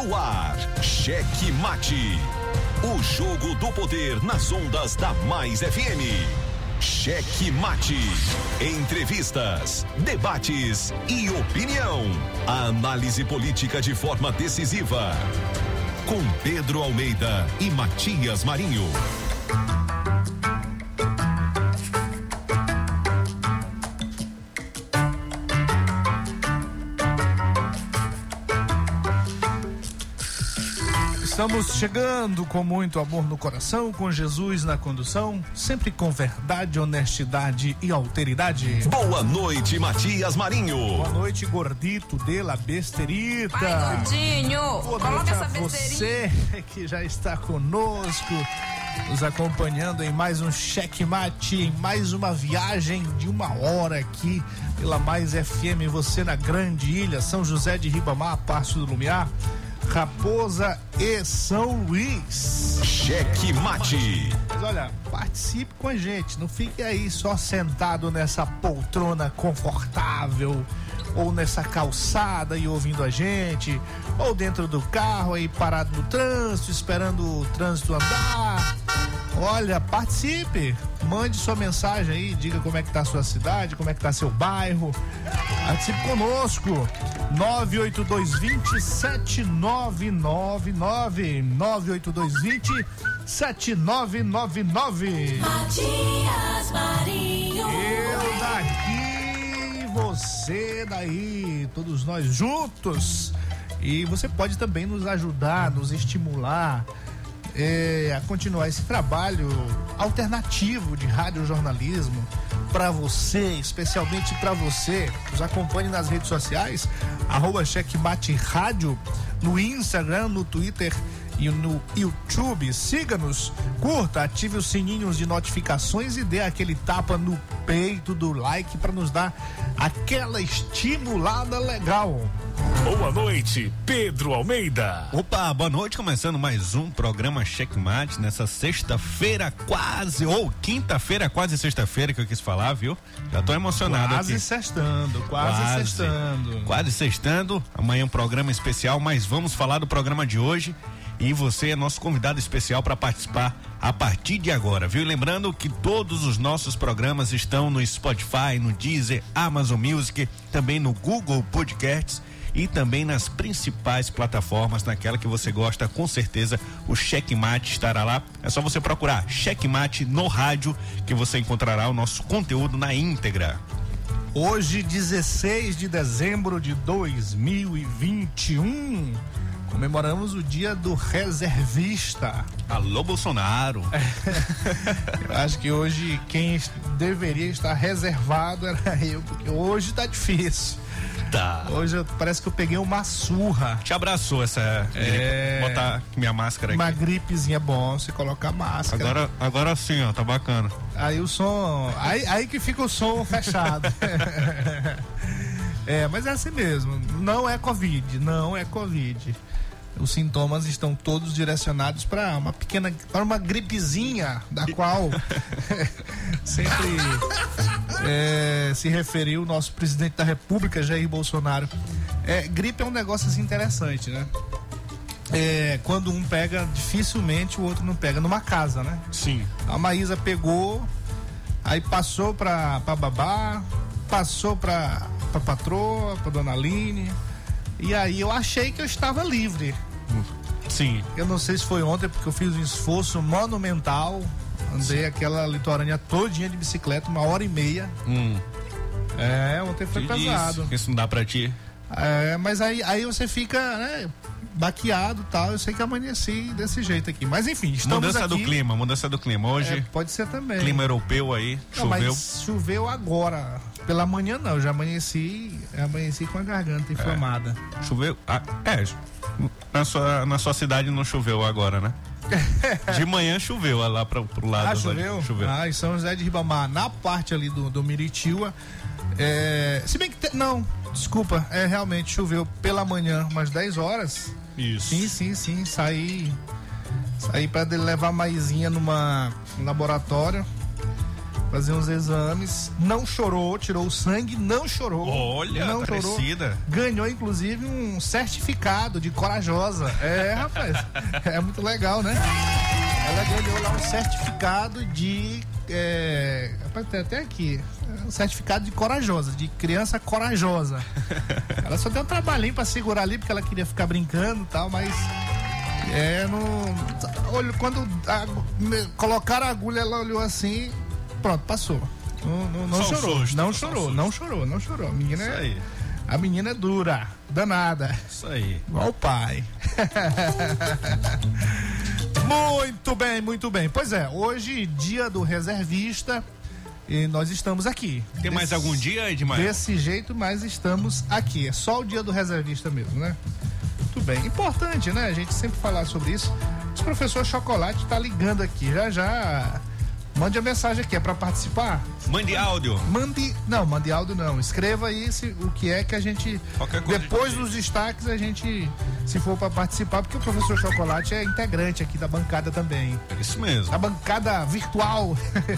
No ar, Cheque Mate. O jogo do poder nas ondas da Mais FM. Cheque Mate. Entrevistas, debates e opinião. A análise política de forma decisiva. Com Pedro Almeida e Matias Marinho. Estamos chegando com muito amor no coração, com Jesus na condução, sempre com verdade, honestidade e alteridade. Boa noite, Matias Marinho. Boa noite, gordito de la besterita. Vai, gordinho. Boa noite a você que já está conosco, nos acompanhando em mais um Cheque Mate, em mais uma viagem de 1 hora aqui pela Mais FM, você na Grande Ilha, São José de Ribamar, Passo do Lumiar, Raposa e São Luís. Cheque Mate. Mas olha, participe com a gente, não fique aí só sentado nessa poltrona confortável, ou nessa calçada e ouvindo a gente, ou dentro do carro aí parado no trânsito, esperando o trânsito andar. Olha, participe, mande sua mensagem aí, diga como é que tá a sua cidade, como é que tá seu bairro. Participe conosco, 98220-7999, 98220-7999. Matias Marinho. Eu daqui, você daí, todos nós juntos. E você pode também nos ajudar, nos estimular a continuar esse trabalho alternativo de radiojornalismo para você, especialmente para você. Nos acompanhe nas redes sociais, @Checkmate Rádio, no Instagram, no Twitter e no YouTube. Siga-nos, curta, ative os sininhos de notificações e dê aquele tapa no peito do like para nos dar aquela estimulada legal. Boa noite, Pedro Almeida. Opa, boa noite, começando mais um programa Cheque Mate nessa sexta-feira quase, ou quinta-feira, quase sexta-feira que eu quis falar, viu? Já tô emocionado quase aqui. Sextando, quase sextando. Amanhã um programa especial, mas vamos falar do programa de hoje. E você é nosso convidado especial para participar a partir de agora, viu? E lembrando que todos os nossos programas estão no Spotify, no Deezer, Amazon Music, também no Google Podcasts e também nas principais plataformas, naquela que você gosta, com certeza o Cheque Mate estará lá. É só você procurar Cheque Mate no rádio que você encontrará o nosso conteúdo na íntegra. Hoje, 16 de dezembro de 2021, comemoramos o dia do reservista. Alô, Bolsonaro. Eu acho que hoje quem deveria estar reservado era eu, porque hoje tá difícil. Tá. Hoje parece que eu peguei uma surra. Te abraçou essa gripe. Vou botar minha máscara aqui. Uma gripezinha é bom, você coloca a máscara. Agora sim, ó, tá bacana. Aí o som, aí que fica o som fechado. Mas é assim mesmo, não é Covid. Os sintomas estão todos direcionados para uma gripezinha, da qual sempre se referiu o nosso presidente da República, Jair Bolsonaro. Gripe é um negócio assim interessante, né? Quando um pega, dificilmente o outro não pega, numa casa, né? Sim. A Maísa pegou, aí passou pra babá, passou pra patroa, pra dona Aline, e aí eu achei que eu estava livre. Sim. Eu não sei se foi ontem, porque eu fiz um esforço monumental, andei aquela litorânea todinha de bicicleta, 1h30. Ontem foi pesado. Isso não dá pra ti. Mas aí você fica, né, baqueado e tal. Eu sei que amanheci desse jeito aqui, mas enfim, estamos mudança aqui. Mudança do clima hoje. Pode ser também. Clima europeu aí, não, choveu. Mas choveu agora, pela manhã não, eu já amanheci com a garganta inflamada. Choveu, na sua cidade não choveu agora, né? De manhã choveu lá pro lado. Choveu? Em São José de Ribamar, na parte ali do Miritiúa. Se bem que desculpa, realmente choveu pela manhã, umas 10 horas. Isso. Sim, saí pra levar a Maisinha no laboratório. fazer uns exames, não chorou, tirou o sangue, não chorou. Olha, não parecida. Chorou, ganhou inclusive um certificado de corajosa. Rapaz, é muito legal, né? Ela ganhou lá um certificado de rapaz, tem até aqui, um certificado de corajosa, de criança corajosa. Ela só deu um trabalhinho pra segurar ali, porque ela queria ficar brincando e tal, mas quando colocaram a agulha, ela olhou assim, pronto, passou. Não chorou, susto, não chorou. A menina é dura, danada. Isso aí. Igual o pai. Muito bem. Pois é, hoje, dia do reservista, e nós estamos aqui. Tem mais algum dia, Edmar? Desse jeito, mas estamos aqui. É só o dia do reservista mesmo, né? Muito bem. Importante, né? A gente sempre falar sobre isso. O professor Chocolate tá ligando aqui. Já. Mande a mensagem aqui, é pra participar? Mande áudio. Mande áudio não. Escreva aí o que é que a gente... Depois dos destaques, a gente, se for pra participar, porque o professor Chocolate é integrante aqui da bancada também. É isso mesmo. A bancada virtual.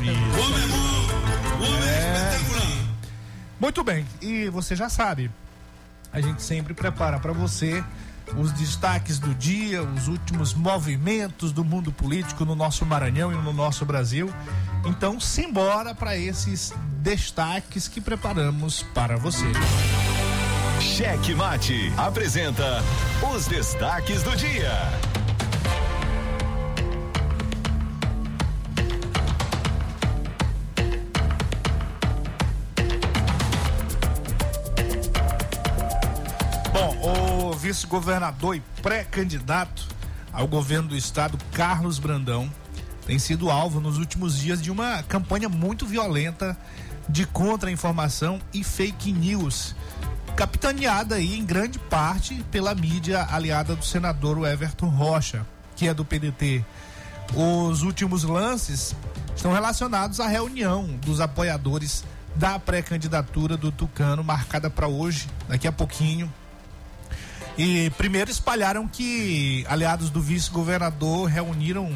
Muito bem, e você já sabe, a gente sempre prepara pra você os destaques do dia, os últimos movimentos do mundo político no nosso Maranhão e no nosso Brasil. Então, simbora para esses destaques que preparamos para você. Cheque Mate apresenta os destaques do dia. O vice-governador e pré-candidato ao governo do estado, Carlos Brandão, tem sido alvo nos últimos dias de uma campanha muito violenta de contra-informação e fake news, capitaneada aí em grande parte pela mídia aliada do senador Everton Rocha, que é do PDT. Os últimos lances estão relacionados à reunião dos apoiadores da pré-candidatura do Tucano, marcada para hoje, daqui a pouquinho. E primeiro espalharam que aliados do vice-governador reuniriam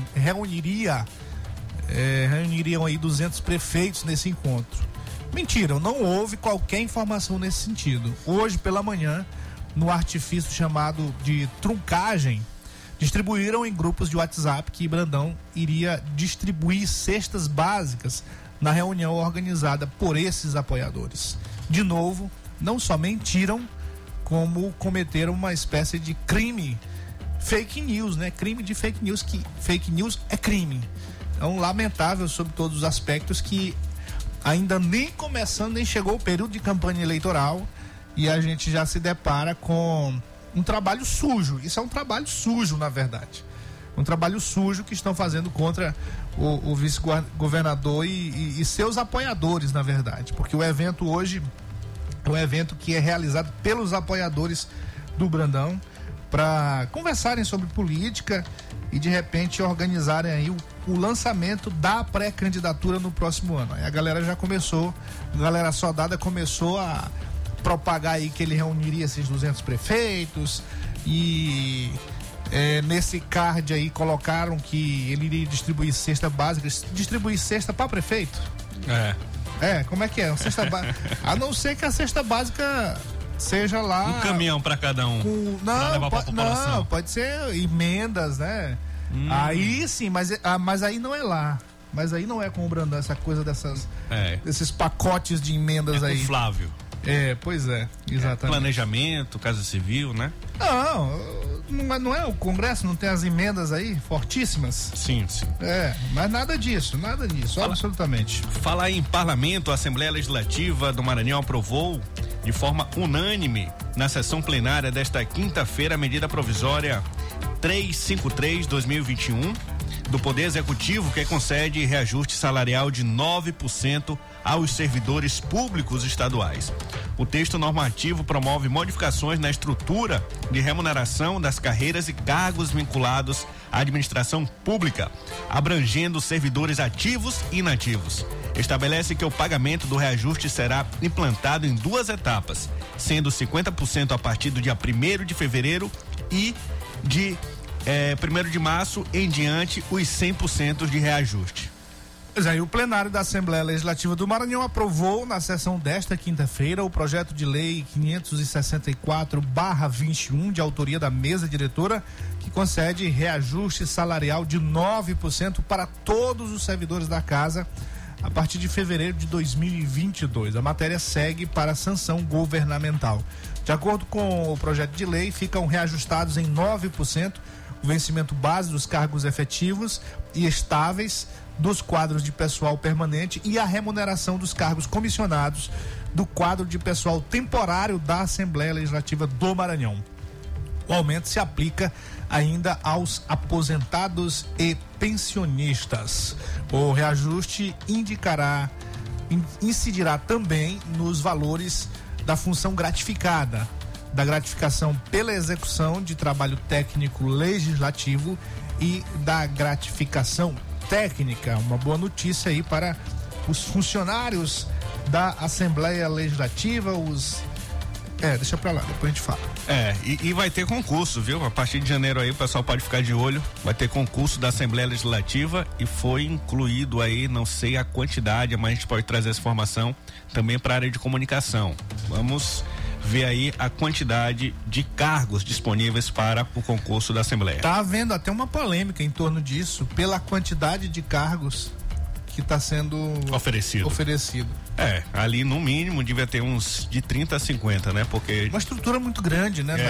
aí 200 prefeitos nesse encontro. Mentira, não houve qualquer informação nesse sentido. Hoje pela manhã, no artifício chamado de truncagem, distribuíram em grupos de WhatsApp que Brandão iria distribuir cestas básicas na reunião organizada por esses apoiadores. De novo, não só mentiram, como cometeram uma espécie de crime fake news, né? Crime de fake news, que fake news é crime. Então, lamentável sobre todos os aspectos, que ainda nem começando, nem chegou o período de campanha eleitoral e a gente já se depara com um trabalho sujo. Isso é um trabalho sujo, na verdade. Um trabalho sujo que estão fazendo contra o vice-governador e seus apoiadores, na verdade. Porque o evento hoje é um evento que é realizado pelos apoiadores do Brandão para conversarem sobre política e de repente organizarem aí o lançamento da pré-candidatura no próximo ano. Aí a galera já começou, a galera soldada começou a propagar aí que ele reuniria esses 200 prefeitos e nesse card aí colocaram que ele iria distribuir cesta básica, distribuir cesta para prefeito. Como é que é? Uma cesta básica. A não ser que a cesta básica seja lá. Um caminhão para cada um. Não, pode ser emendas, né? Aí sim, mas aí não é lá. Mas aí não é com o Brandão, essa coisa desses pacotes de emendas aí. Com Flávio. Pois é, exatamente. Planejamento, Casa Civil, né? Não é o Congresso, não tem as emendas aí fortíssimas? Sim. Mas nada disso, absolutamente. Falar em parlamento, a Assembleia Legislativa do Maranhão aprovou de forma unânime na sessão plenária desta quinta-feira a medida provisória 353/2021 do Poder Executivo, que concede reajuste salarial de 9% aos servidores públicos estaduais. O texto normativo promove modificações na estrutura de remuneração das carreiras e cargos vinculados à administração pública, abrangendo servidores ativos e inativos. Estabelece que o pagamento do reajuste será implantado em 2 etapas, sendo 50% a partir do dia 1º de fevereiro e de 1º de março em diante os 100% de reajuste. Pois é, e o plenário da Assembleia Legislativa do Maranhão aprovou na sessão desta quinta-feira o projeto de lei 564/21, de autoria da mesa diretora, que concede reajuste salarial de 9% para todos os servidores da casa a partir de fevereiro de 2022. A matéria segue para sanção governamental. De acordo com o projeto de lei, ficam reajustados em 9% o vencimento base dos cargos efetivos e estáveis dos quadros de pessoal permanente e a remuneração dos cargos comissionados do quadro de pessoal temporário da Assembleia Legislativa do Maranhão. O aumento se aplica ainda aos aposentados e pensionistas. O reajuste incidirá também nos valores da função gratificada, da gratificação pela execução de trabalho técnico legislativo e da gratificação técnica. Uma boa notícia aí para os funcionários da Assembleia Legislativa, deixa pra lá, depois a gente fala. E vai ter concurso, viu? A partir de janeiro aí o pessoal pode ficar de olho, vai ter concurso da Assembleia Legislativa e foi incluído aí, não sei a quantidade, mas a gente pode trazer essa informação também para a área de comunicação. Vamos ver aí a quantidade de cargos disponíveis para o concurso da Assembleia. Tá havendo até uma polêmica em torno disso, pela quantidade de cargos que está sendo oferecido. Ali no mínimo devia ter uns de 30 a 50, né? Porque uma estrutura muito grande, né?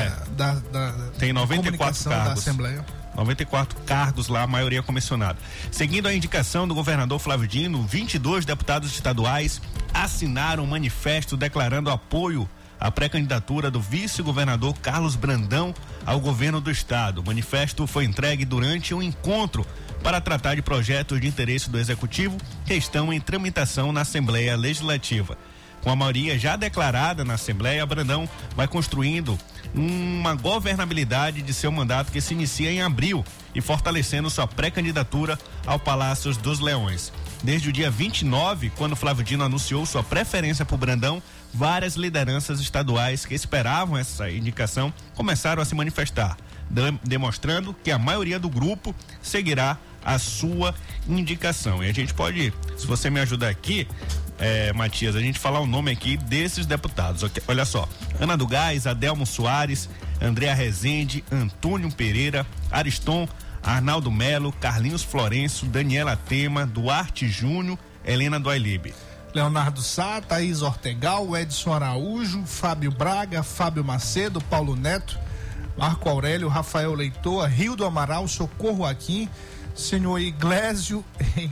Tem 94 cargos. Da Assembleia. 94 cargos lá, a maioria comissionada. Seguindo a indicação do governador Flávio Dino, 22 deputados estaduais assinaram um manifesto declarando apoio à pré-candidatura do vice-governador Carlos Brandão ao governo do estado. O manifesto foi entregue durante um encontro para tratar de projetos de interesse do executivo que estão em tramitação na Assembleia Legislativa. Com a maioria já declarada na Assembleia, Brandão vai construindo uma governabilidade de seu mandato que se inicia em abril e fortalecendo sua pré-candidatura ao Palácio dos Leões. Desde o dia 29, quando Flávio Dino anunciou sua preferência por Brandão, várias lideranças estaduais que esperavam essa indicação começaram a se manifestar, demonstrando que a maioria do grupo seguirá a sua indicação. E a gente pode, se você me ajudar aqui, Matias, a gente falar o nome aqui desses deputados. Olha só: Ana do Gás, Adelmo Soares, Andréa Rezende, Antônio Pereira, Ariston, Arnaldo Melo, Carlinhos Florencio, Daniela Tema, Duarte Júnior, Helena do Ailibe. Leonardo Sá, Thaís Ortegal, Edson Araújo, Fábio Braga, Fábio Macedo, Paulo Neto, Marco Aurélio, Rafael Leitor, Rio do Amaral, Socorro Aquim, senhor Iglesio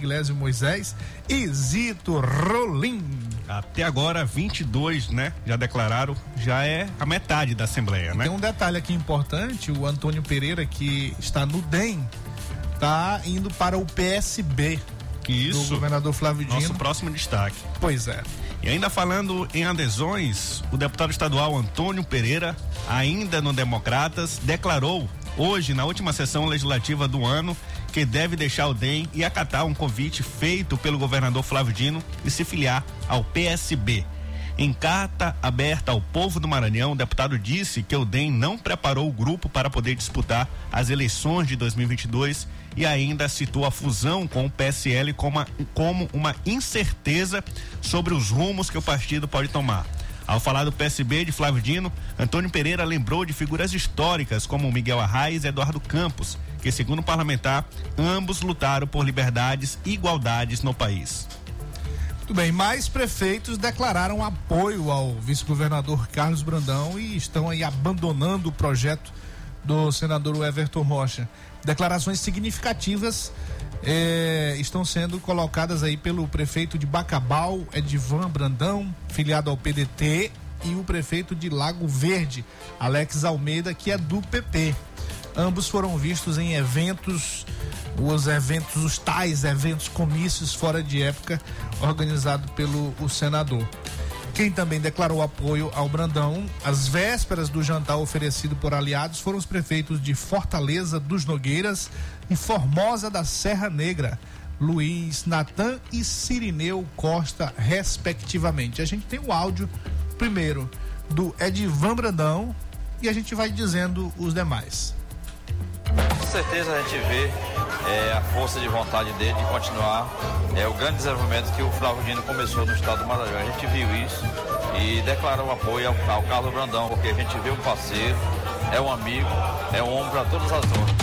Moisés e Zito Rolim. Até agora 22, né? Já declararam, já é a metade da Assembleia, né? Tem um detalhe aqui importante: o Antônio Pereira, que está no DEM, está indo para o PSB. Isso. Do governador Flávio Dino. Nosso próximo destaque. Pois é. E ainda falando em adesões, o deputado estadual Antônio Pereira, ainda no Democratas, declarou hoje, na última sessão legislativa do ano, que deve deixar o DEM e acatar um convite feito pelo governador Flávio Dino e se filiar ao PSB. Em carta aberta ao povo do Maranhão, o deputado disse que o DEM não preparou o grupo para poder disputar as eleições de 2022 e ainda citou a fusão com o PSL como uma incerteza sobre os rumos que o partido pode tomar. Ao falar do PSB de Flávio Dino, Antônio Pereira lembrou de figuras históricas como Miguel Arraes e Eduardo Campos, que, segundo o parlamentar, ambos lutaram por liberdades e igualdades no país. Muito bem, mais prefeitos declararam apoio ao vice-governador Carlos Brandão e estão aí abandonando o projeto do senador Everton Rocha. Declarações significativas estão sendo colocadas aí pelo prefeito de Bacabal, Edivan Brandão, filiado ao PDT, e o prefeito de Lago Verde, Alex Almeida, que é do PP. Ambos foram vistos em os tais eventos, comícios fora de época, organizado pelo senador. Quem também declarou apoio ao Brandão, às vésperas do jantar oferecido por aliados, foram os prefeitos de Fortaleza dos Nogueiras e Formosa da Serra Negra, Luiz Natan e Cirineu Costa, respectivamente. A gente tem o áudio, primeiro, do Edivan Brandão, e a gente vai dizendo os demais. certeza a gente vê a força de vontade dele de continuar o grande desenvolvimento que o Flávio Dino começou no estado do Maranhão. A gente viu isso e declarou o apoio ao Carlos Brandão, porque a gente vê um parceiro, é um amigo, é um homem para todas as horas.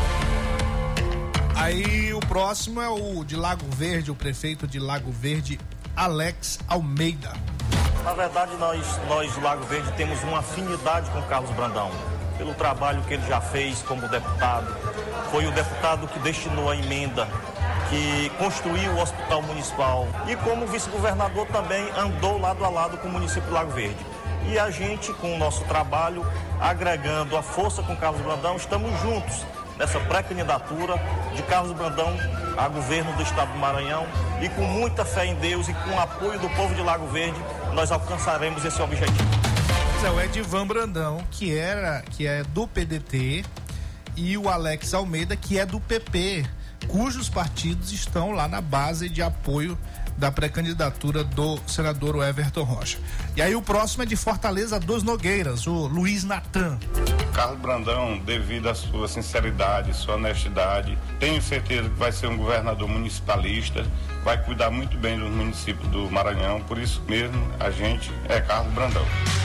Aí o próximo é o de Lago Verde, o prefeito de Lago Verde, Alex Almeida. Na verdade, nós do Lago Verde temos uma afinidade com o Carlos Brandão, pelo trabalho que ele já fez como deputado. Foi o deputado que destinou a emenda, que construiu o Hospital Municipal e como vice-governador também andou lado a lado com o município do Lago Verde. E a gente, com o nosso trabalho, agregando a força com o Carlos Brandão, estamos juntos nessa pré-candidatura de Carlos Brandão a governo do estado do Maranhão e com muita fé em Deus e com o apoio do povo de Lago Verde, nós alcançaremos esse objetivo. O Edivan Brandão, que é do PDT, e o Alex Almeida, que é do PP, cujos partidos estão lá na base de apoio da pré-candidatura do senador Everton Rocha. E aí o próximo é de Fortaleza dos Nogueiras, o Luiz Natan. Carlos Brandão, devido à sua sinceridade, sua honestidade, tenho certeza que vai ser um governador municipalista, vai cuidar muito bem dos municípios do Maranhão, por isso mesmo a gente é Carlos Brandão.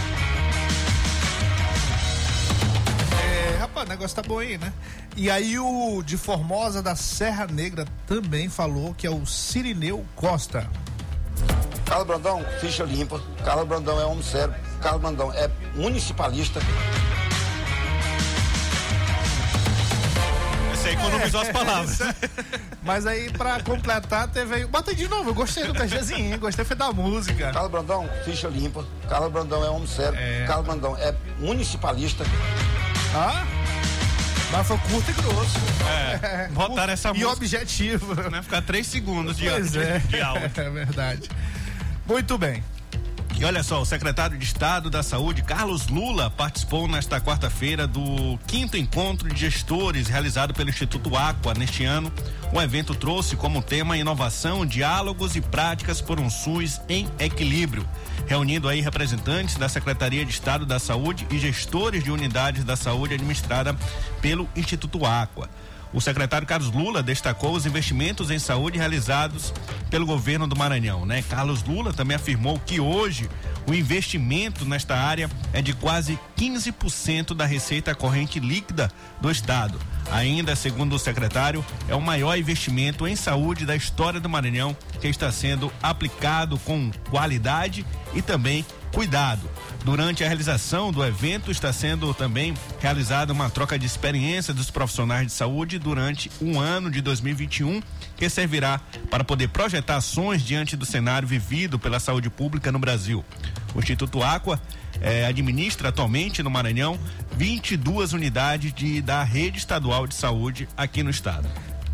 Rapaz, o negócio tá bom aí, né? E aí o de Formosa da Serra Negra também falou, que é o Cirineu Costa. Carlos Brandão, ficha limpa. Carlos Brandão é homem sério. Carlos Brandão é municipalista. Esse aí economizou as palavras. Mas aí, pra completar, teve aí... Bota aí de novo, eu gostei do PGzinho, gostei foi da música. Carlos Brandão, ficha limpa. Carlos Brandão é homem sério. Carlos Brandão é municipalista. Ah? Mas foi curto e grosso. Botaram essa música. E objetivo. Vai ficar 3 segundos de áudio. É verdade. Muito bem. E olha só, o secretário de Estado da Saúde, Carlos Lula, participou nesta quarta-feira do 5º encontro de gestores realizado pelo Instituto Aqua neste ano. O evento trouxe como tema inovação, diálogos e práticas por um SUS em equilíbrio, reunindo aí representantes da Secretaria de Estado da Saúde e gestores de unidades da saúde administrada pelo Instituto Aqua. O secretário Carlos Lula destacou os investimentos em saúde realizados pelo governo do Maranhão, né? Carlos Lula também afirmou que hoje o investimento nesta área é de quase 15% da receita corrente líquida do estado. Ainda, segundo o secretário, é o maior investimento em saúde da história do Maranhão, que está sendo aplicado com qualidade e também cuidado. Durante a realização do evento, está sendo também realizada uma troca de experiência dos profissionais de saúde durante um ano de 2021, que servirá para poder projetar ações diante do cenário vivido pela saúde pública no Brasil. O Instituto Aqua administra atualmente no Maranhão 22 unidades da rede estadual de saúde aqui no estado.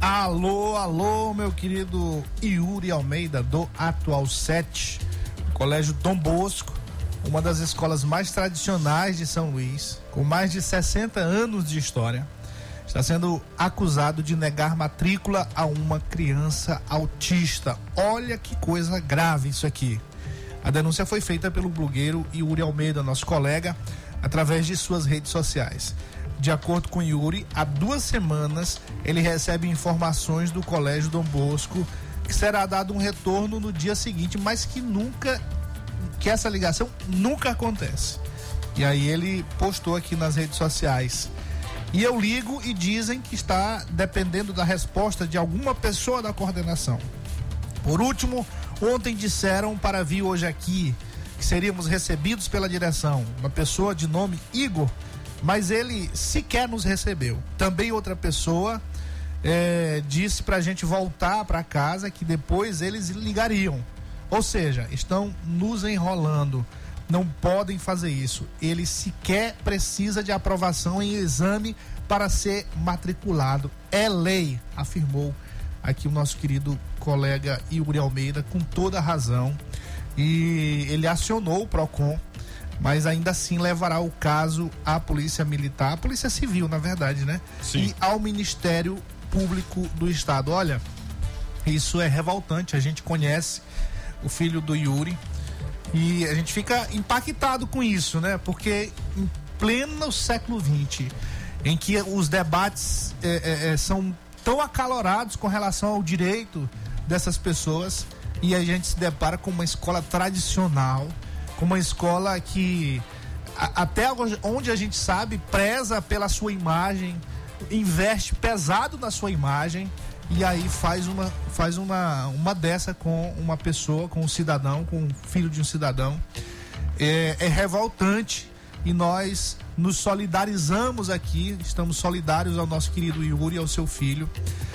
Alô, meu querido Yuri Almeida, do Atual 7, Colégio Dom Bosco, uma das escolas mais tradicionais de São Luís, com mais de 60 anos de história, está sendo acusado de negar matrícula a uma criança autista. Olha que coisa grave isso aqui. A denúncia foi feita pelo blogueiro Yuri Almeida, nosso colega, através de suas redes sociais. De acordo com Yuri, há 2 semanas ele recebe informações do Colégio Dom Bosco que será dado um retorno no dia seguinte, mas que essa ligação nunca acontece. E aí ele postou aqui nas redes sociais: e eu ligo e dizem que está dependendo da resposta de alguma pessoa da coordenação. Por último, ontem disseram para vir hoje aqui que seríamos recebidos pela direção, uma pessoa de nome Igor, mas ele sequer nos recebeu. Também outra pessoa disse pra gente voltar para casa, que depois eles ligariam. Ou seja, estão nos enrolando. Não podem fazer isso. Ele sequer precisa de aprovação em exame para ser matriculado. É lei, afirmou aqui o nosso querido colega Yuri Almeida, com toda a razão. E ele acionou o PROCON, mas ainda assim levará o caso à Polícia Militar, Polícia Civil, na verdade, né? Sim. E ao Ministério Público do Estado. Olha, isso é revoltante. A gente conhece o filho do Yuri e a gente fica impactado com isso, né? Porque em pleno século XX em que os debates são tão acalorados com relação ao direito dessas pessoas, e a gente se depara com uma escola tradicional, com uma escola que até onde a gente sabe preza pela sua imagem, investe pesado na sua imagem, e aí faz uma dessa com uma pessoa, com um cidadão, com um filho de um cidadão. É revoltante, e nós nos solidarizamos aqui, estamos solidários ao nosso querido Yuri, ao seu filho,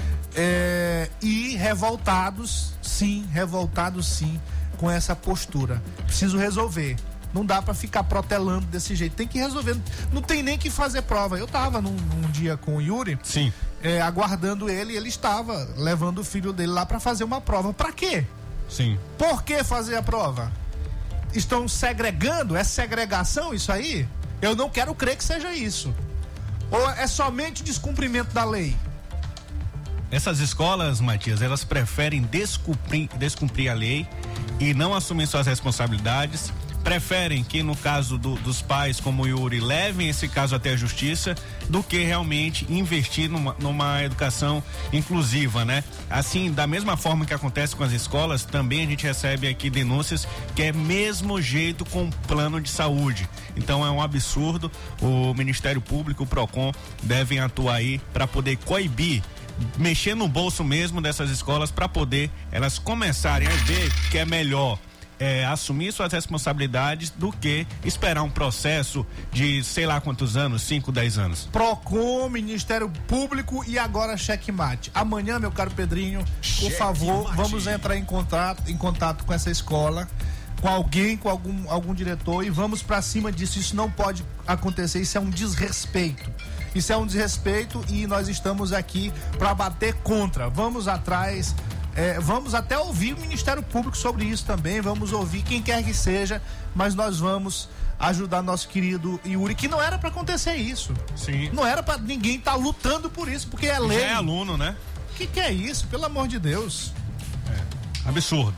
e revoltados sim com essa postura. Preciso resolver. Não dá pra ficar protelando desse jeito. Tem que resolver. Não tem nem que fazer prova. Eu tava num dia com o Yuri. Sim. Aguardando ele. Ele estava levando o filho dele lá pra fazer uma prova. Pra quê? Sim. Por que fazer a prova? Estão segregando? É segregação isso aí? Eu não quero crer que seja isso. Ou é somente descumprimento da lei? Essas escolas, Matias, elas preferem descumprir a lei e não assumir suas responsabilidades. Preferem que, no caso dos pais como o Yuri, levem esse caso até a justiça, do que realmente investir numa educação inclusiva, né? Assim, da mesma forma que acontece com as escolas, também a gente recebe aqui denúncias que é mesmo jeito com plano de saúde. Então é um absurdo. O Ministério Público, o PROCON, devem atuar aí para poder coibir, mexer no bolso mesmo dessas escolas, para poder elas começarem a ver que é melhor assumir suas responsabilidades do que esperar um processo de sei lá quantos anos, 5, 10 anos. PROCON, Ministério Público e agora Checkmate. Amanhã, meu caro Pedrinho, por favor, vamos entrar em contato com essa escola, com alguém, com algum diretor, e vamos pra cima disso. Isso não pode acontecer, isso é um desrespeito. Isso é um desrespeito, e nós estamos aqui para bater contra. Vamos atrás. Vamos até ouvir o Ministério Público sobre isso também, vamos ouvir quem quer que seja, mas nós vamos ajudar nosso querido Yuri, que não era pra acontecer isso. Sim. Não era pra ninguém estar lutando por isso, porque é lei. Já é aluno, né? Que é isso, pelo amor de Deus? Absurdo.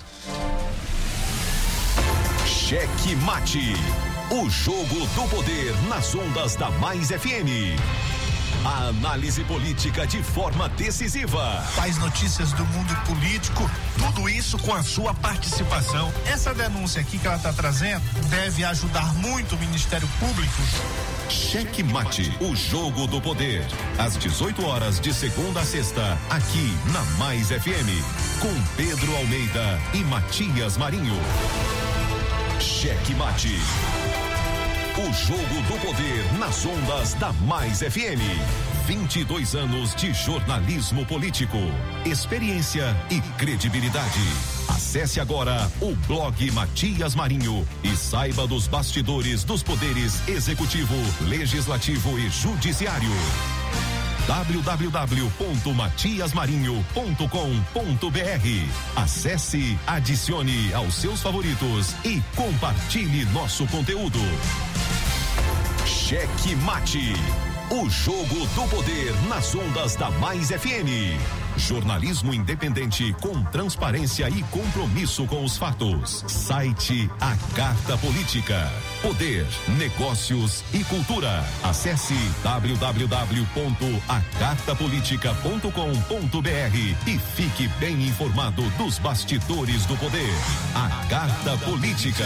Cheque Mate, o jogo do poder nas ondas da Mais FM. A análise política de forma decisiva. Faz notícias do mundo político, tudo isso com a sua participação. Essa denúncia aqui que ela está trazendo deve ajudar muito o Ministério Público. Cheque Mate, o jogo do poder. Às 18 horas de segunda a sexta, aqui na Mais FM, com Pedro Almeida e Matias Marinho. Cheque Mate. O jogo do poder nas ondas da Mais FM. 22 anos de jornalismo político, experiência e credibilidade. Acesse agora o blog Matias Marinho e saiba dos bastidores dos poderes executivo, legislativo e judiciário. www.matiasmarinho.com.br. Acesse, adicione aos seus favoritos e compartilhe nosso conteúdo. Cheque Mate, o jogo do poder nas ondas da Mais FM. Jornalismo independente com transparência e compromisso com os fatos. Site A Carta Política. Poder, negócios e cultura. Acesse www.acartapolitica.com.br e fique bem informado dos bastidores do poder. A Carta Política.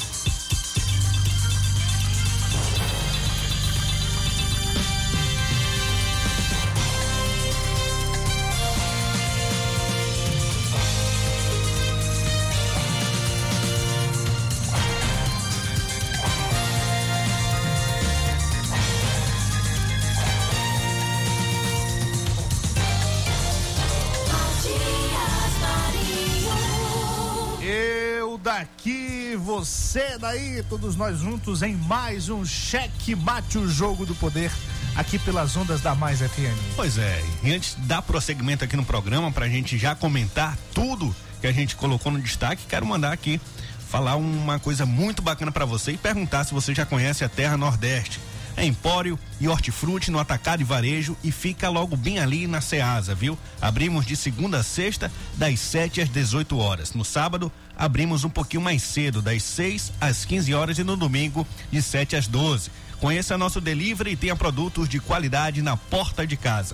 Daqui, você daí, todos nós juntos em mais um Cheque Mate, o jogo do poder, aqui pelas ondas da Mais FM. Pois é, e antes de dar prosseguimento aqui no programa, pra gente já comentar tudo que a gente colocou no destaque, quero mandar aqui falar uma coisa muito bacana pra você e perguntar se você já conhece a Terra Nordeste. É empório e hortifruti no atacado e varejo e fica logo bem ali na Ceasa, viu? Abrimos de segunda a sexta, das 7 às 18 horas. No sábado, abrimos um pouquinho mais cedo, das 6 às 15 horas e no domingo, de 7 às 12. Conheça nosso delivery e tenha produtos de qualidade na porta de casa.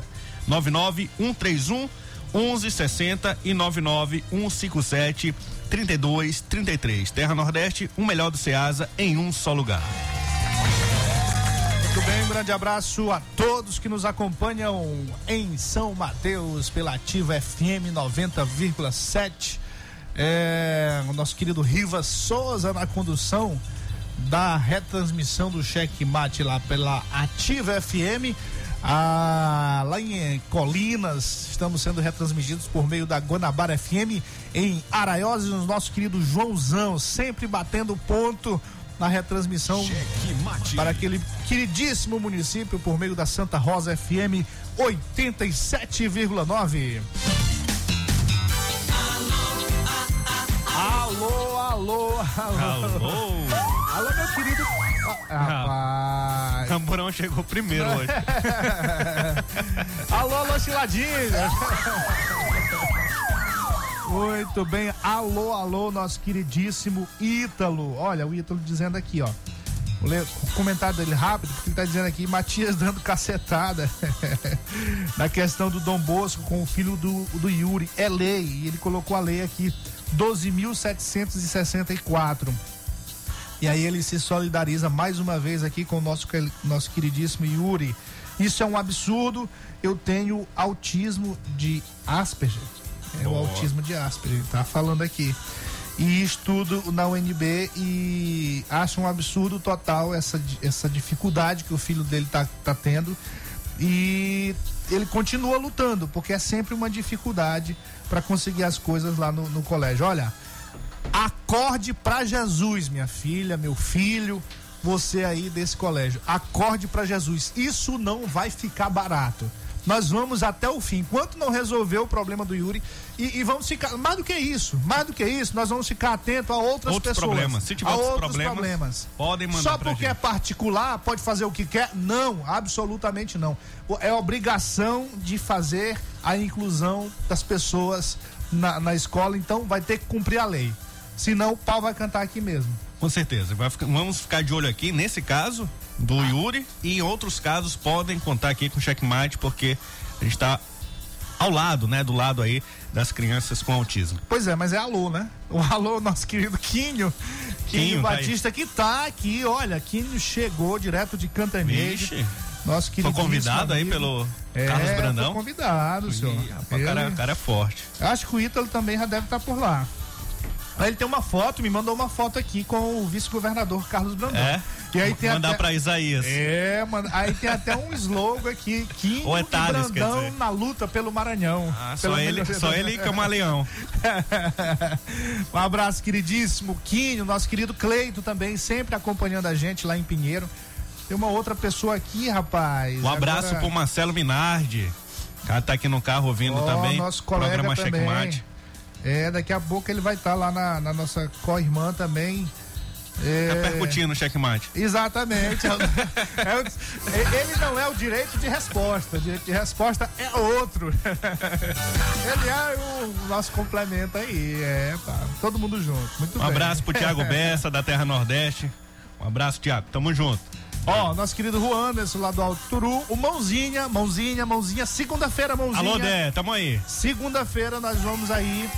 99131-1160 e 99157-3233. Terra Nordeste, o melhor do Ceasa em um só lugar. Muito bem, um grande abraço a todos que nos acompanham em São Mateus pela Ativa FM 90,7. O nosso querido Riva Souza na condução da retransmissão do Cheque Mate lá pela Ativa FM. Lá em Colinas, estamos sendo retransmitidos por meio da Guanabara FM em Araioses, o nosso querido Joãozão, sempre batendo ponto na retransmissão para aquele queridíssimo município por meio da Santa Rosa FM 87,9. Alô, meu querido. Rapaz. Camburão chegou primeiro hoje. Alô, Chiladinha. Muito bem. Alô, nosso queridíssimo Ítalo. Olha, o Ítalo dizendo aqui, ó. Vou ler o comentário dele rápido, porque ele tá dizendo aqui, Matias dando cacetada na questão do Dom Bosco com o filho do Yuri. É lei. E ele colocou a lei aqui, 12.764. E aí ele se solidariza mais uma vez aqui com o nosso queridíssimo Yuri. Isso é um absurdo. Eu tenho autismo de Asperger. O autismo de Asperger, tá falando aqui. E estudo na UNB e acho um absurdo total essa dificuldade que o filho dele tá tendo. E ele continua lutando, porque é sempre uma dificuldade para conseguir as coisas lá no colégio. Olha, acorde pra Jesus, minha filha, meu filho, você aí desse colégio. Acorde pra Jesus. Isso não vai ficar barato. Nós vamos até o fim. Enquanto não resolver o problema do Yuri, e vamos ficar, mais do que isso, nós vamos ficar atentos a outras pessoas. Problemas. Se tiver outros problemas, podem mandar. Só porque é particular, pode fazer o que quer? Não, absolutamente não. É obrigação de fazer a inclusão das pessoas na escola, então vai ter que cumprir a lei. Senão o pau vai cantar aqui mesmo. Com certeza. Vamos ficar de olho aqui nesse caso do Yuri, e em outros casos podem contar aqui com o Checkmate, porque a gente está ao lado, né? Do lado aí das crianças com autismo. Pois é, mas é alô, né? O alô, nosso querido Quinho Batista, que tá aqui, olha, Quinho chegou direto de Cantanhede. Nosso querido. Foi convidado aí pelo Carlos Brandão? Foi convidado, senhor. O cara é forte. Acho que o Ítalo também já deve estar por lá. Aí ele tem uma foto, me mandou uma foto aqui com o vice-governador Carlos Brandão. E aí tem mandar pra Isaías. Aí tem até um slogan aqui, Quinho e Brandão na luta pelo Maranhão. Só ele e Camaleão. Um abraço, queridíssimo Quinho, nosso querido Cleito também, sempre acompanhando a gente lá em Pinheiro. Tem uma outra pessoa aqui, rapaz. Um abraço pro Marcelo Minardi. O cara tá aqui no carro ouvindo também. Nosso colega programa também. Checkmate. Daqui a pouco ele vai estar lá na nossa co-irmã também. Repercutindo no Checkmate. Exatamente. Ele não é o direito de resposta. O direito de resposta é outro. Ele é o nosso complemento aí. Todo mundo junto. Muito bem. Um abraço pro Thiago Bessa, da Terra Nordeste. Um abraço, Thiago. Tamo junto. Nosso querido Juan, desse lá do Alto Turu, o Mãozinha, segunda-feira, Mãozinha. Alô, Dé, tamo aí. Segunda-feira nós vamos aí